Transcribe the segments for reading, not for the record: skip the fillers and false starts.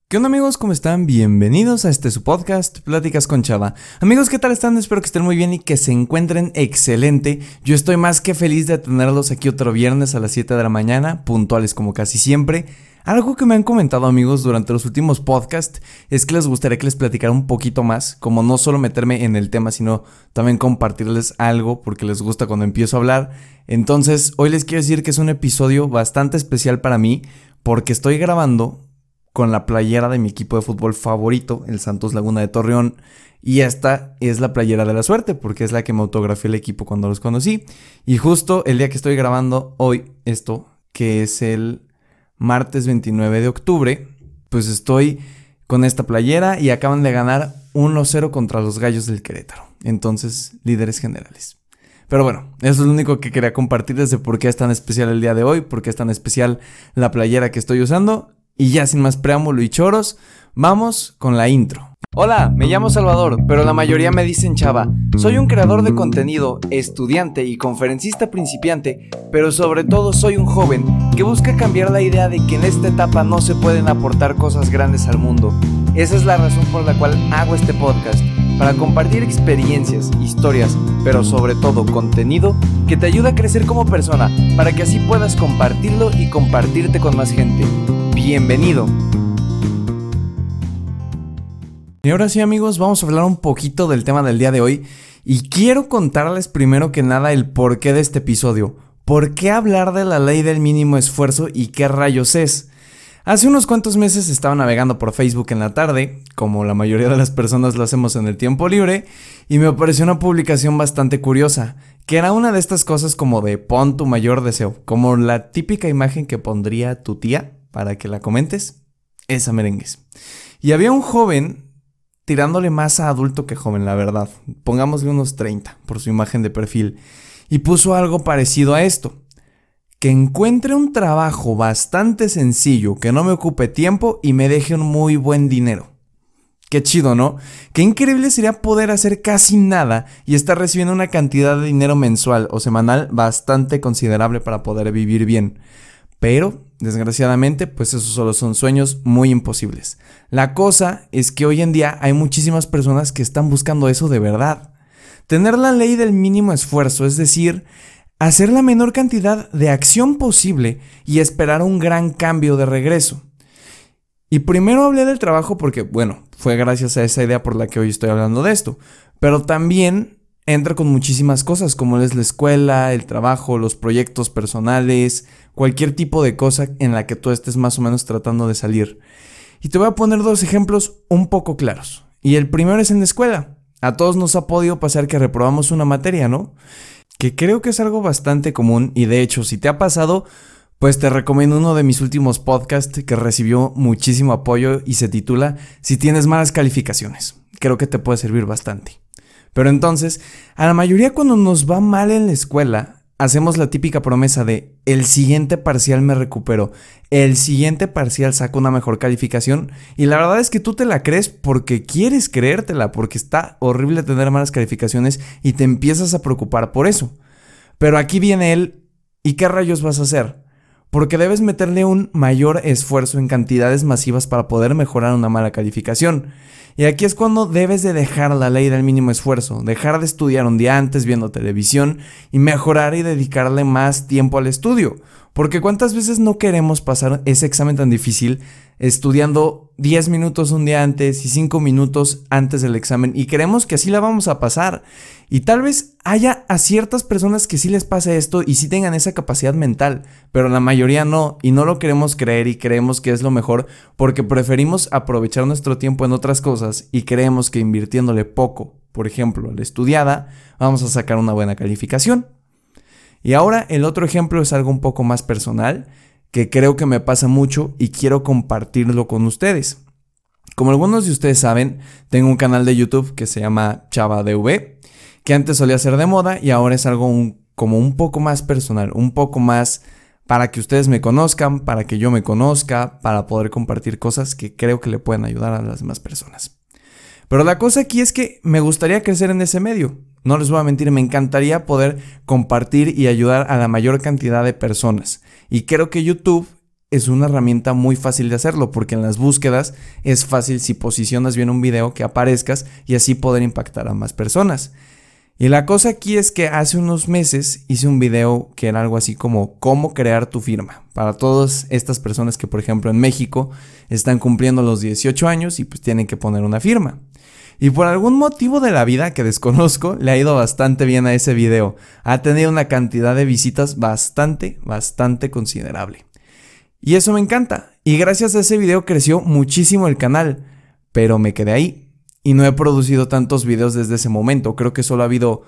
¿Qué onda amigos? ¿Cómo están? Bienvenidos a su podcast, Pláticas con Chava. Amigos, ¿qué tal están? Espero que estén muy bien y que se encuentren excelente. Yo estoy más que feliz de tenerlos aquí otro viernes a las 7 de la mañana, puntuales como casi siempre. Algo que me han comentado amigos durante los últimos podcasts es que les gustaría que les platicara un poquito más, como no solo meterme en el tema, sino también compartirles algo porque les gusta cuando empiezo a hablar. Entonces, hoy les quiero decir que es un episodio bastante especial para mí porque estoy grabando con la playera de mi equipo de fútbol favorito, el Santos Laguna de Torreón, y esta es la playera de la suerte, porque es la que me autografió el equipo cuando los conocí, y justo el día que estoy grabando hoy esto, que es el martes 29 de octubre, pues estoy con esta playera y acaban de ganar 1-0 contra los Gallos del Querétaro, entonces líderes generales. Pero bueno, eso es lo único que quería compartirles de por qué es tan especial el día de hoy, por qué es tan especial la playera que estoy usando. Y ya sin más preámbulo y choros, vamos con la intro. Hola, me llamo Salvador, pero la mayoría me dicen Chava. Soy un creador de contenido, estudiante y conferencista principiante, pero sobre todo soy un joven que busca cambiar la idea de que en esta etapa no se pueden aportar cosas grandes al mundo. Esa es la razón por la cual hago este podcast, para compartir experiencias, historias, pero sobre todo contenido que te ayuda a crecer como persona, para que así puedas compartirlo y compartirte con más gente. Bienvenido. Y ahora sí amigos, vamos a hablar un poquito del tema del día de hoy y quiero contarles primero que nada el porqué de este episodio. ¿Por qué hablar de la ley del mínimo esfuerzo y qué rayos es? Hace unos cuantos meses estaba navegando por Facebook en la tarde, como la mayoría de las personas lo hacemos en el tiempo libre, y me apareció una publicación bastante curiosa, que era una de estas cosas como de pon tu mayor deseo, como la típica imagen que pondría tu tía para que la comentes, esa merengues. Y había un joven tirándole más a adulto que joven, la verdad, pongámosle unos 30 por su imagen de perfil, y puso algo parecido a esto. Que encuentre un trabajo bastante sencillo, que no me ocupe tiempo y me deje un muy buen dinero. Qué chido, ¿no? Qué increíble sería poder hacer casi nada y estar recibiendo una cantidad de dinero mensual o semanal bastante considerable para poder vivir bien. Pero, desgraciadamente, pues esos solo son sueños muy imposibles. La cosa es que hoy en día hay muchísimas personas que están buscando eso de verdad. Tener la ley del mínimo esfuerzo, es decir, hacer la menor cantidad de acción posible y esperar un gran cambio de regreso. Y primero hablé del trabajo porque, bueno, fue gracias a esa idea por la que hoy estoy hablando de esto. Pero también entra con muchísimas cosas como es la escuela, el trabajo, los proyectos personales, cualquier tipo de cosa en la que tú estés más o menos tratando de salir. Y te voy a poner dos ejemplos un poco claros. Y el primero es en la escuela. A todos nos ha podido pasar que reprobamos una materia, ¿no? Que creo que es algo bastante común y de hecho si te ha pasado, pues te recomiendo uno de mis últimos podcasts que recibió muchísimo apoyo y se titula Si tienes malas calificaciones. Creo que te puede servir bastante. Pero entonces, a la mayoría cuando nos va mal en la escuela, hacemos la típica promesa de el siguiente parcial me recupero, el siguiente parcial saco una mejor calificación y la verdad es que tú te la crees porque quieres creértela, porque está horrible tener malas calificaciones y te empiezas a preocupar por eso. Pero aquí viene el ¿y qué rayos vas a hacer? Porque debes meterle un mayor esfuerzo en cantidades masivas para poder mejorar una mala calificación. Y aquí es cuando debes de dejar la ley del mínimo esfuerzo, dejar de estudiar un día antes viendo televisión y mejorar y dedicarle más tiempo al estudio. Porque ¿cuántas veces no queremos pasar ese examen tan difícil estudiando 10 minutos un día antes y 5 minutos antes del examen y creemos que así la vamos a pasar? Y tal vez haya a ciertas personas que sí les pase esto y sí tengan esa capacidad mental, pero la mayoría no, y no lo queremos creer y creemos que es lo mejor porque preferimos aprovechar nuestro tiempo en otras cosas y creemos que invirtiéndole poco, por ejemplo, a la estudiada, vamos a sacar una buena calificación. Y ahora el otro ejemplo es algo un poco más personal, que creo que me pasa mucho y quiero compartirlo con ustedes. Como algunos de ustedes saben, tengo un canal de YouTube que se llama ChavaDV, que antes solía ser de moda y ahora es algo como un poco más personal, un poco más para que ustedes me conozcan, para que yo me conozca, para poder compartir cosas que creo que le pueden ayudar a las demás personas. Pero la cosa aquí es que me gustaría crecer en ese medio. No les voy a mentir, me encantaría poder compartir y ayudar a la mayor cantidad de personas. Y creo que YouTube es una herramienta muy fácil de hacerlo, porque en las búsquedas es fácil si posicionas bien un video que aparezcas y así poder impactar a más personas. Y la cosa aquí es que hace unos meses hice un video que era algo así como cómo crear tu firma para todas estas personas que, por ejemplo, en México están cumpliendo los 18 años y pues tienen que poner una firma. Y por algún motivo de la vida que desconozco, le ha ido bastante bien a ese video. Ha tenido una cantidad de visitas bastante considerable. Y eso me encanta. Y gracias a ese video creció muchísimo el canal. Pero me quedé ahí. Y no he producido tantos videos desde ese momento. Creo que solo ha habido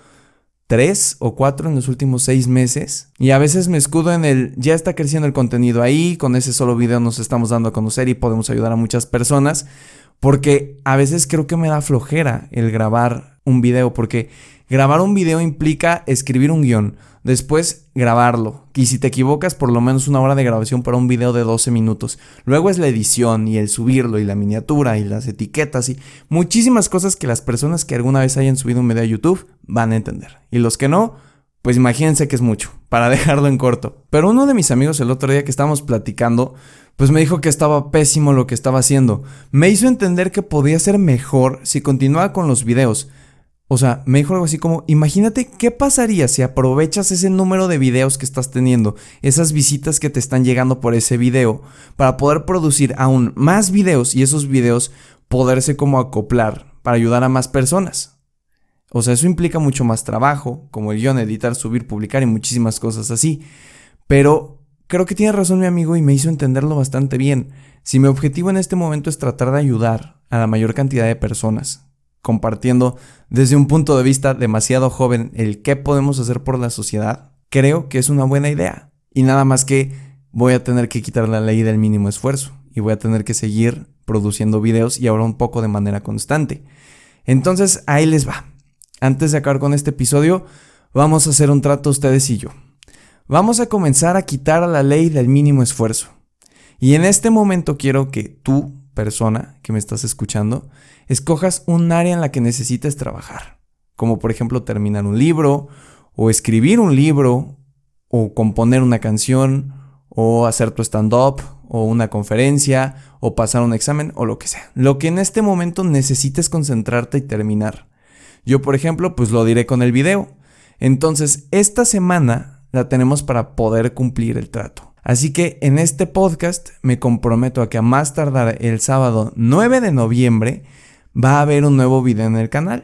3 o 4 en los últimos 6 meses. Y a veces me escudo en el ya está creciendo el contenido ahí. Con ese solo video nos estamos dando a conocer y podemos ayudar a muchas personas. Porque a veces creo que me da flojera el grabar un video, porque grabar un video implica escribir un guión, después grabarlo, y si te equivocas por lo menos 1 hora de grabación para un video de 12 minutos. Luego es la edición y el subirlo y la miniatura y las etiquetas y muchísimas cosas que las personas que alguna vez hayan subido un video a YouTube van a entender. Y los que no, pues imagínense que es mucho, para dejarlo en corto. Pero uno de mis amigos el otro día que estábamos platicando, pues me dijo que estaba pésimo lo que estaba haciendo. Me hizo entender que podía ser mejor si continuaba con los videos. O sea, me dijo algo así como, imagínate qué pasaría si aprovechas ese número de videos que estás teniendo, esas visitas que te están llegando por ese video, para poder producir aún más videos y esos videos poderse como acoplar para ayudar a más personas. O sea, eso implica mucho más trabajo, como el guión, editar, subir, publicar y muchísimas cosas así. Pero creo que tiene razón mi amigo y me hizo entenderlo bastante bien. Si mi objetivo en este momento es tratar de ayudar a la mayor cantidad de personas, compartiendo desde un punto de vista demasiado joven el qué podemos hacer por la sociedad, creo que es una buena idea. Y nada más que voy a tener que quitar la ley del mínimo esfuerzo y voy a tener que seguir produciendo videos y ahora un poco de manera constante. Entonces ahí les va. Antes de acabar con este episodio, vamos a hacer un trato ustedes y yo. Vamos a comenzar a quitar a la ley del mínimo esfuerzo. Y en este momento quiero que tú, persona que me estás escuchando, escojas un área en la que necesites trabajar. Como por ejemplo terminar un libro, o escribir un libro, o componer una canción, o hacer tu stand-up, o una conferencia, o pasar un examen, o lo que sea. Lo que en este momento necesites concentrarte y terminar. Yo, por ejemplo, pues lo diré con el video. Entonces, esta semana la tenemos para poder cumplir el trato. Así que en este podcast me comprometo a que a más tardar el sábado 9 de noviembre va a haber un nuevo video en el canal.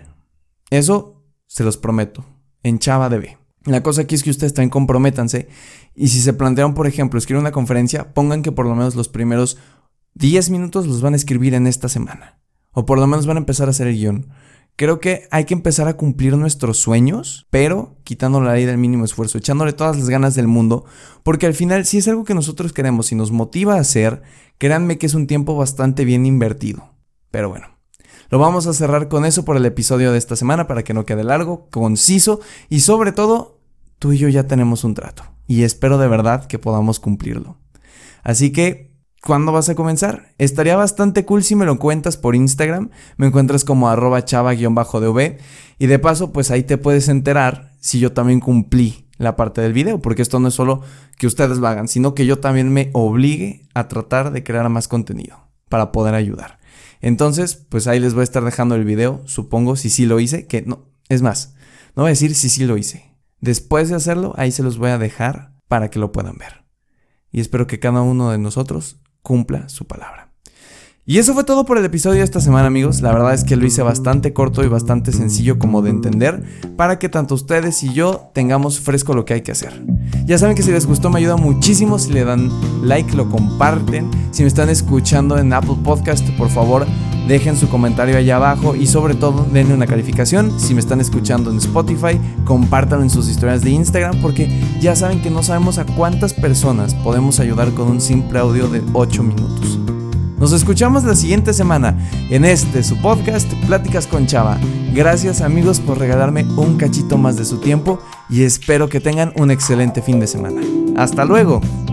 Eso se los prometo, en ChavaDB. La cosa aquí es que ustedes también comprométanse y si se plantean, por ejemplo, escribir una conferencia, pongan que por lo menos los primeros 10 minutos los van a escribir en esta semana. O por lo menos van a empezar a hacer el guión. Creo que hay que empezar a cumplir nuestros sueños, pero quitando la ley del mínimo esfuerzo, echándole todas las ganas del mundo, porque al final si es algo que nosotros queremos y nos motiva a hacer, créanme que es un tiempo bastante bien invertido. Pero bueno, lo vamos a cerrar con eso por el episodio de esta semana para que no quede largo, conciso y sobre todo, tú y yo ya tenemos un trato y espero de verdad que podamos cumplirlo. Así que ¿cuándo vas a comenzar? Estaría bastante cool si me lo cuentas por Instagram. Me encuentras como @chava_dv. Y de paso, pues ahí te puedes enterar si yo también cumplí la parte del video. Porque esto no es solo que ustedes lo hagan, sino que yo también me obligue a tratar de crear más contenido para poder ayudar. Entonces, pues ahí les voy a estar dejando el video. Supongo si sí lo hice, que no. Es más, no voy a decir si sí lo hice. Después de hacerlo, ahí se los voy a dejar para que lo puedan ver. Y espero que cada uno de nosotros cumpla su palabra. Y eso fue todo por el episodio de esta semana, amigos. La verdad es que lo hice bastante corto y bastante sencillo como de entender, para que tanto ustedes y yo tengamos fresco lo que hay que hacer. Ya saben que si les gustó me ayuda muchísimo si le dan like, lo comparten. Si me están escuchando en Apple Podcast, por favor dejen su comentario allá abajo y sobre todo denle una calificación. Si me están escuchando en Spotify, compártanlo en sus historias de Instagram, porque ya saben que no sabemos a cuántas personas podemos ayudar con un simple audio de 8 minutos. Nos escuchamos la siguiente semana en su podcast Pláticas con Chava. Gracias, amigos, por regalarme un cachito más de su tiempo y espero que tengan un excelente fin de semana. ¡Hasta luego!